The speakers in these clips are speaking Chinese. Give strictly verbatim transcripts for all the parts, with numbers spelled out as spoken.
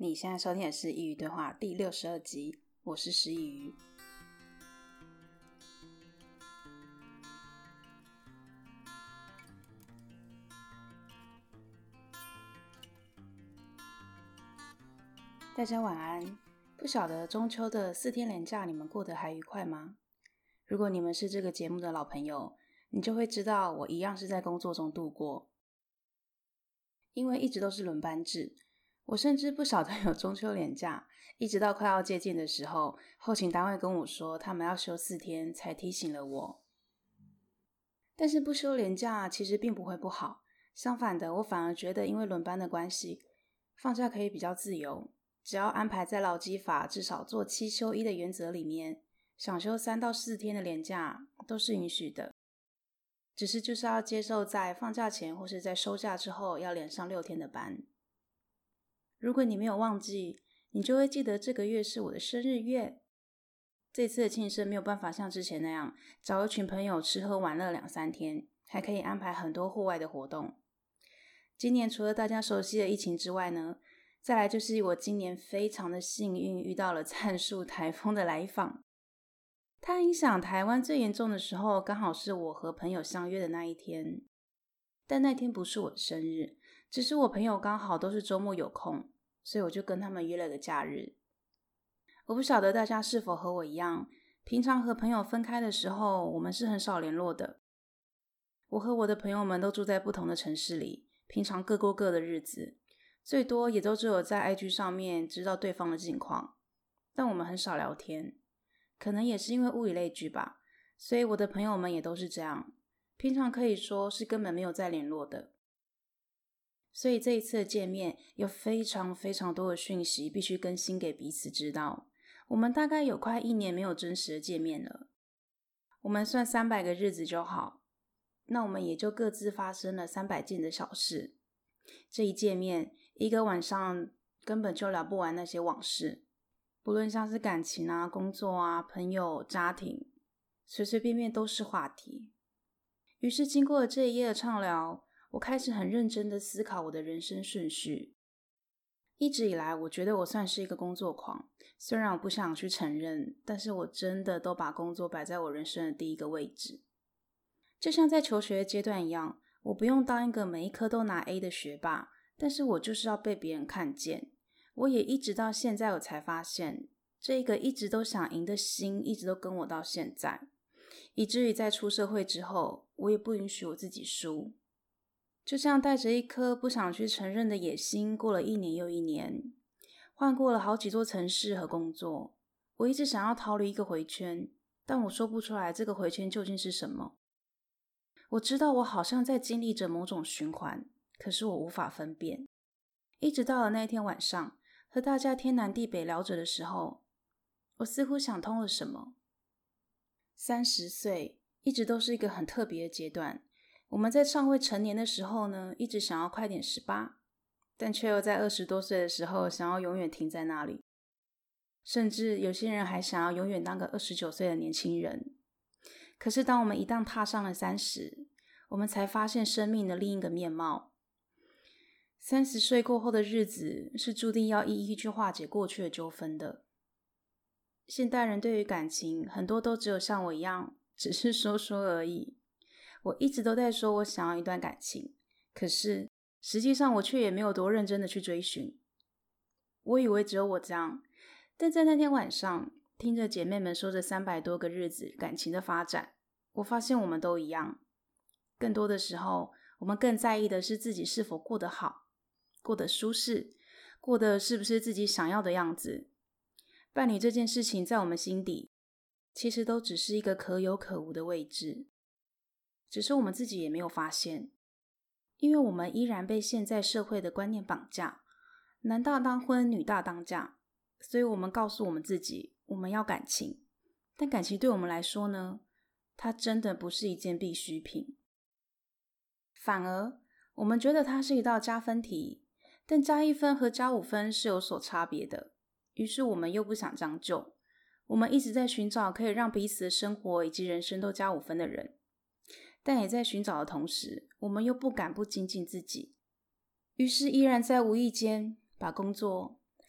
你现在收听的是一鱼对话第六十二集，我是石一鱼。大家晚安。不晓得中秋的四天连假你们过得还愉快吗？如果你们是这个节目的老朋友，你就会知道我一样是在工作中度过。因为一直都是轮班制，我甚至不晓得有中秋连假，一直到快要接近的时候，后勤单位跟我说他们要休四天，才提醒了我。但是不休连假其实并不会不好，相反的，我反而觉得因为轮班的关系，放假可以比较自由，只要安排在劳基法至少做七休一的原则里面，想休三到四天的连假都是允许的。只是就是要接受在放假前或是在收假之后要连上六天的班。如果你没有忘记，你就会记得这个月是我的生日月。这次的庆生没有办法像之前那样找一群朋友吃喝玩乐两三天，还可以安排很多户外的活动。今年除了大家熟悉的疫情之外呢，再来就是我今年非常的幸运遇到了灿数台风的来访。它影响台湾最严重的时候，刚好是我和朋友相约的那一天。但那天不是我的生日，只是我朋友刚好都是周末有空，所以我就跟他们约了个假日。我不晓得大家是否和我一样，平常和朋友分开的时候，我们是很少联络的。我和我的朋友们都住在不同的城市里，平常各过各的日子，最多也都只有在 I G 上面知道对方的近况，但我们很少聊天。可能也是因为物以类聚吧，所以我的朋友们也都是这样，平常可以说是根本没有再联络的。所以这一次的见面有非常非常多的讯息必须更新给彼此知道。我们大概有快一年没有真实的见面了，我们算三百个日子就好，那我们也就各自发生了三百件的小事。这一见面，一个晚上根本就聊不完那些往事，不论像是感情啊、工作啊、朋友、家庭，随随便便都是话题。于是经过了这一夜的畅聊，我开始很认真的思考我的人生顺序。一直以来我觉得我算是一个工作狂，虽然我不想去承认，但是我真的都把工作摆在我人生的第一个位置。就像在求学阶段一样，我不用当一个每一科都拿 A 的学霸，但是我就是要被别人看见。我也一直到现在我才发现，这一个一直都想赢的心一直都跟我到现在，以至于在出社会之后，我也不允许我自己输。就这样带着一颗不想去承认的野心，过了一年又一年，换过了好几座城市和工作。我一直想要逃离一个回圈，但我说不出来这个回圈究竟是什么。我知道我好像在经历着某种循环，可是我无法分辨。一直到了那天晚上，和大家天南地北聊着的时候，我似乎想通了什么。三十岁一直都是一个很特别的阶段。我们在尚未成年的时候呢，一直想要快点十八，但却又在二十多岁的时候想要永远停在那里。甚至有些人还想要永远当个二十九岁的年轻人。可是当我们一旦踏上了三十，我们才发现生命的另一个面貌。三十岁过后的日子是注定要一一去化解过去的纠纷的。现代人对于感情很多都只有像我一样，只是说说而已。我一直都在说我想要一段感情，可是实际上我却也没有多认真的去追寻。我以为只有我这样，但在那天晚上听着姐妹们说着三百多个日子感情的发展，我发现我们都一样。更多的时候，我们更在意的是自己是否过得好，过得舒适，过得是不是自己想要的样子。伴侣这件事情在我们心底其实都只是一个可有可无的位置，只是我们自己也没有发现。因为我们依然被现在社会的观念绑架，男大当婚，女大当嫁，所以我们告诉我们自己，我们要感情。但感情对我们来说呢，它真的不是一件必需品。反而我们觉得它是一道加分题，但加一分和加五分是有所差别的。于是我们又不想将就，我们一直在寻找可以让彼此的生活以及人生都加五分的人，但也在寻找的同时，我们又不敢不精进自己。于是依然在无意间把工作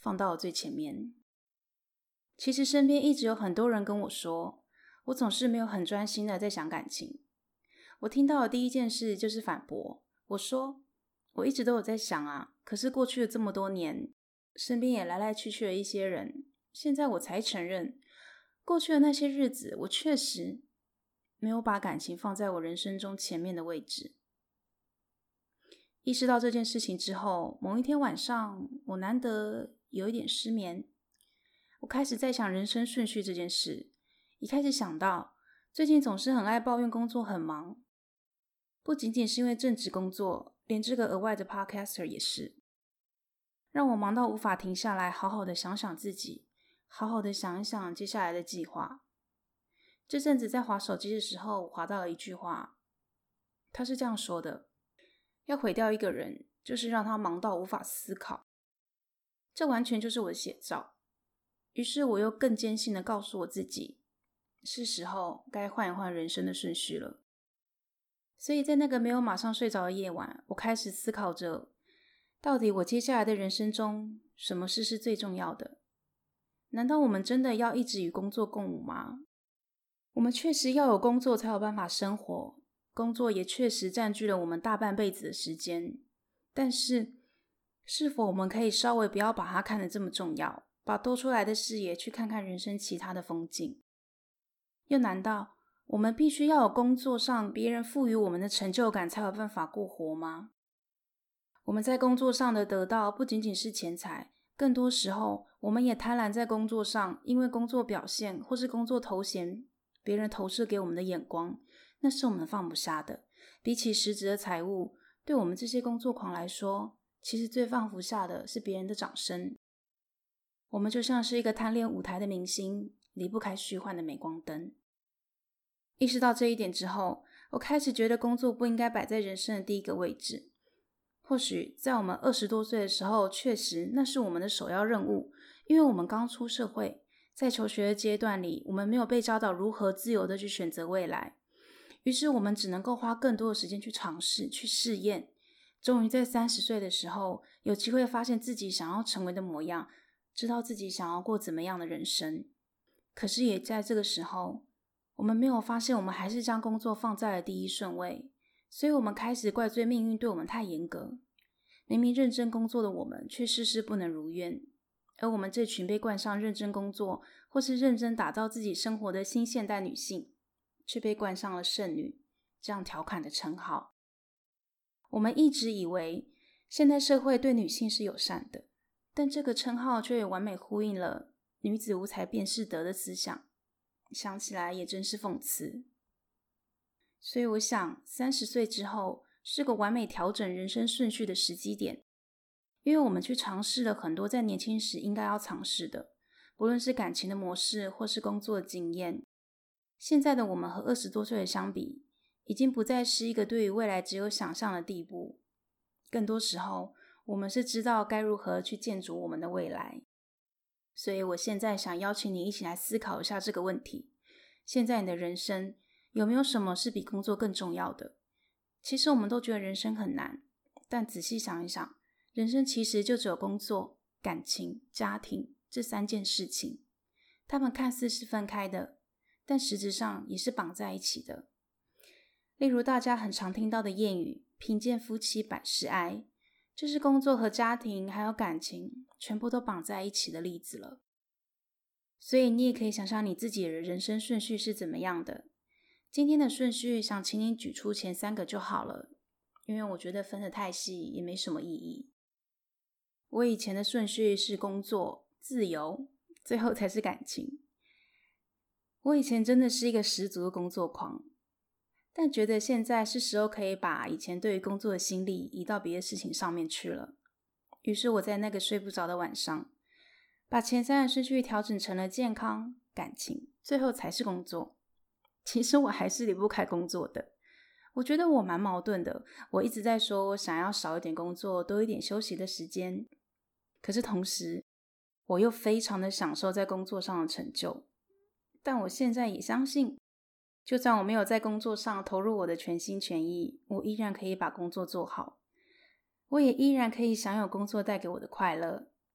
放到了最前面。其实身边一直有很多人跟我说，我总是没有很专心的在想感情。我听到的第一件事就是反驳，我说我一直都有在想啊，可是过去了这么多年，身边也来来去去的一些人，现在我才承认，过去的那些日子，我确实没有把感情放在我人生中前面的位置。意识到这件事情之后，某一天晚上，我难得有一点失眠，我开始在想人生顺序这件事，一开始想到最近总是很爱抱怨工作很忙，不仅仅是因为正职工作，连这个额外的 podcaster 也是，让我忙到无法停下来好好的想想自己，好好的想一想接下来的计划。这阵子在滑手机的时候，我滑到了一句话，他是这样说的，要毁掉一个人，就是让他忙到无法思考。这完全就是我的写照。于是我又更坚信的告诉我自己，是时候该换一换人生的顺序了。所以在那个没有马上睡着的夜晚，我开始思考着，到底我接下来的人生中，什么事是最重要的？难道我们真的要一直与工作共舞吗？我们确实要有工作才有办法生活，工作也确实占据了我们大半辈子的时间，但是是否我们可以稍微不要把它看得这么重要，把多出来的视野去看看人生其他的风景？又难道我们必须要有工作上别人赋予我们的成就感才有办法过活吗？我们在工作上的得到不仅仅是钱财，更多时候我们也贪婪在工作上，因为工作表现或是工作头衔别人投射给我们的眼光，那是我们放不下的。比起实质的财物，对我们这些工作狂来说，其实最放不下的是别人的掌声。我们就像是一个贪恋舞台的明星，离不开虚幻的镁光灯。意识到这一点之后，我开始觉得工作不应该摆在人生的第一个位置。或许在我们二十多岁的时候，确实那是我们的首要任务，因为我们刚出社会，在求学的阶段里，我们没有被教导如何自由的去选择未来，于是我们只能够花更多的时间去尝试、去试验。终于在三十岁的时候，有机会发现自己想要成为的模样，知道自己想要过怎么样的人生。可是也在这个时候，我们没有发现我们还是将工作放在了第一顺位，所以我们开始怪罪命运对我们太严格。明明认真工作的我们，却事事不能如愿。而我们这群被冠上认真工作或是认真打造自己生活的新现代女性，却被冠上了剩女这样调侃的称号。我们一直以为现代社会对女性是友善的，但这个称号却也完美呼应了女子无才便是德的思想，想起来也真是讽刺。所以我想三十岁之后是个完美调整人生顺序的时机点，因为我们去尝试了很多在年轻时应该要尝试的，不论是感情的模式或是工作的经验。现在的我们和二十多岁的相比，已经不再是一个对于未来只有想象的地步，更多时候我们是知道该如何去建筑我们的未来。所以我现在想邀请你一起来思考一下这个问题，现在你的人生有没有什么是比工作更重要的？其实我们都觉得人生很难，但仔细想一想，人生其实就只有工作、感情、家庭这三件事情，它们看似是分开的，但实质上也是绑在一起的。例如大家很常听到的谚语，贫贱夫妻百事哀，就是工作和家庭还有感情全部都绑在一起的例子了。所以你也可以想想你自己的人生顺序是怎么样的。今天的顺序想请你举出前三个就好了，因为我觉得分得太细也没什么意义。我以前的顺序是工作、自由，最后才是感情。我以前真的是一个十足的工作狂，但觉得现在是时候可以把以前对于工作的心力移到别的事情上面去了。于是我在那个睡不着的晚上，把前三个顺序调整成了健康、感情，最后才是工作。其实我还是离不开工作的，我觉得我蛮矛盾的。我一直在说我想要少一点工作，多一点休息的时间，可是同时我又非常的享受在工作上的成就。但我现在也相信，就算我没有在工作上投入我的全心全意，我依然可以把工作做好，我也依然可以享有工作带给我的快乐。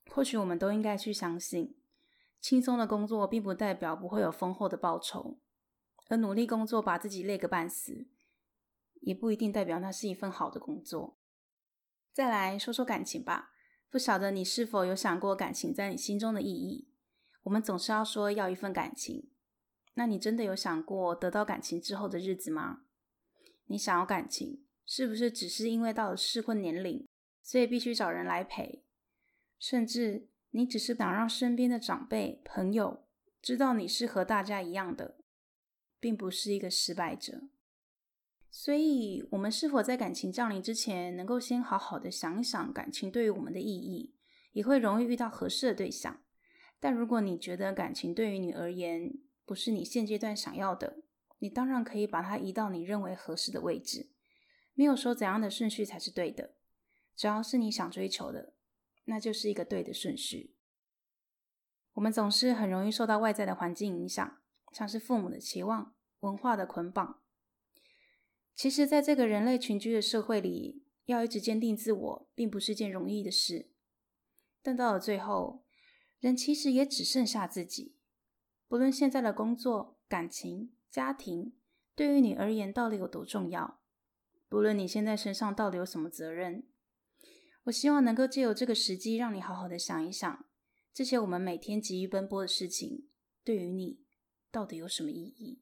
或许我们都应该去相信，轻松的工作并不代表不会有丰厚的报酬，而努力工作把自己累个半死，也不一定代表那是一份好的工作。再来说说感情吧，不晓得你是否有想过感情在你心中的意义？我们总是要说要一份感情，那你真的有想过得到感情之后的日子吗？你想要感情，是不是只是因为到了适婚年龄，所以必须找人来陪？甚至你只是想让身边的长辈、朋友知道你是和大家一样的，并不是一个失败者。所以我们是否在感情降临之前，能够先好好的想一想感情对于我们的意义，也会容易遇到合适的对象。但如果你觉得感情对于你而言不是你现阶段想要的，你当然可以把它移到你认为合适的位置，没有说怎样的顺序才是对的，只要是你想追求的，那就是一个对的顺序。我们总是很容易受到外在的环境影响，像是父母的期望、文化的捆绑。其实在这个人类群居的社会里，要一直坚定自我并不是件容易的事。但到了最后，人其实也只剩下自己。不论现在的工作、感情、家庭对于你而言到底有多重要，不论你现在身上到底有什么责任，我希望能够借由这个时机让你好好的想一想，这些我们每天急于奔波的事情对于你到底有什么意义。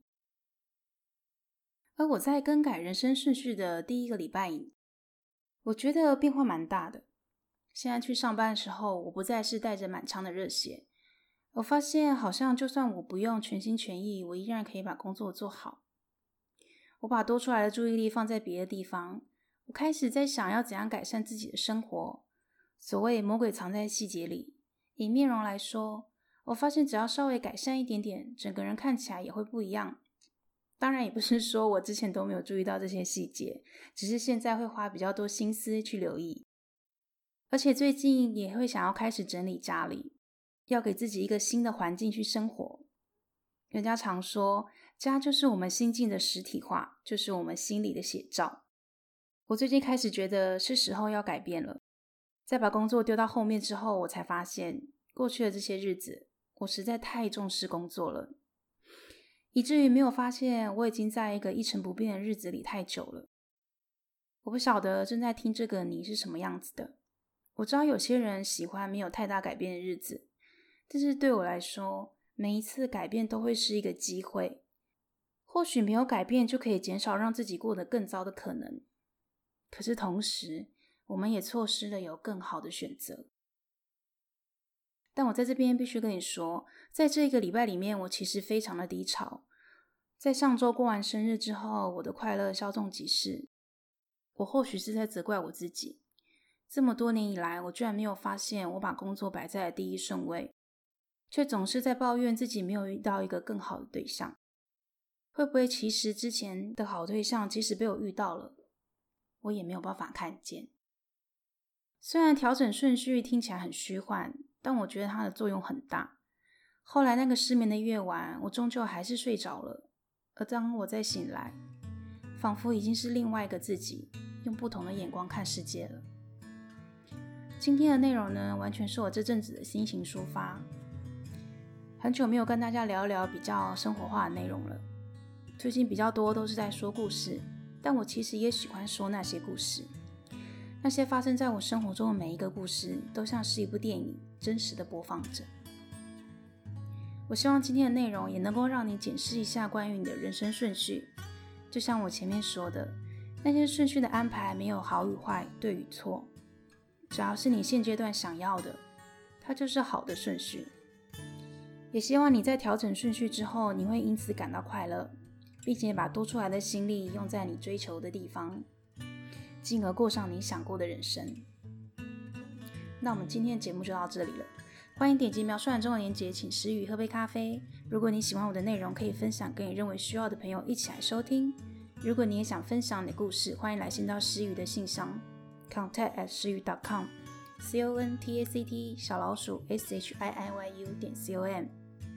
而我在更改人生顺序的第一个礼拜，我觉得变化蛮大的。现在去上班的时候，我不再是带着满腔的热血，我发现好像就算我不用全心全意，我依然可以把工作做好。我把多出来的注意力放在别的地方，我开始在想要怎样改善自己的生活。所谓魔鬼藏在细节里，以面容来说，我发现只要稍微改善一点点，整个人看起来也会不一样。当然也不是说我之前都没有注意到这些细节，只是现在会花比较多心思去留意。而且最近也会想要开始整理家里，要给自己一个新的环境去生活。人家常说，家就是我们心境的实体化，就是我们心里的写照。我最近开始觉得是时候要改变了。在把工作丢到后面之后，我才发现，过去的这些日子，我实在太重视工作了，以至于没有发现我已经在一个一成不变的日子里太久了。我不晓得正在听这个你是什么样子的。我知道有些人喜欢没有太大改变的日子，但是对我来说，每一次改变都会是一个机会。或许没有改变就可以减少让自己过得更糟的可能，可是同时，我们也错失了有更好的选择。但我在这边必须跟你说，在这一个礼拜里面，我其实非常的低潮。在上周过完生日之后，我的快乐稍纵即逝。我或许是在责怪我自己，这么多年以来，我居然没有发现我把工作摆在了第一顺位，却总是在抱怨自己没有遇到一个更好的对象。会不会其实之前的好对象即使被我遇到了，我也没有办法看见？虽然调整顺序听起来很虚幻，但我觉得它的作用很大。后来那个失眠的夜晚，我终究还是睡着了，而当我再醒来，仿佛已经是另外一个自己，用不同的眼光看世界了。今天的内容呢，完全是我这阵子的心情抒发。很久没有跟大家聊一聊比较生活化的内容了，最近比较多都是在说故事，但我其实也喜欢说那些故事。那些发生在我生活中的每一个故事，都像是一部电影，真实的播放着。我希望今天的内容也能够让你检视一下关于你的人生顺序。就像我前面说的，那些顺序的安排没有好与坏、对与错，只要是你现阶段想要的，它就是好的顺序。也希望你在调整顺序之后，你会因此感到快乐，并且把多出来的心力用在你追求的地方，进而过上你想过的人生。那我们今天的节目就到这里了，欢迎点击描述栏中的链接，请时雨喝杯咖啡。如果你喜欢我的内容，可以分享给你认为需要的朋友一起来收听。如果你也想分享你的故事，欢迎来信到时雨的信箱 contact at 时雨 dot com c o n t a c t 小老鼠 s h i i y u 点 com。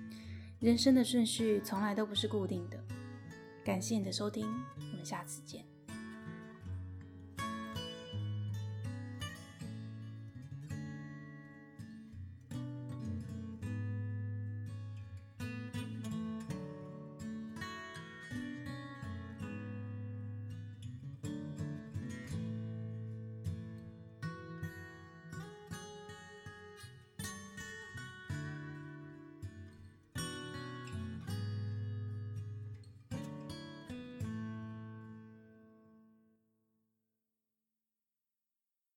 人生的顺序从来都不是固定的。感谢你的收听，我们下次见。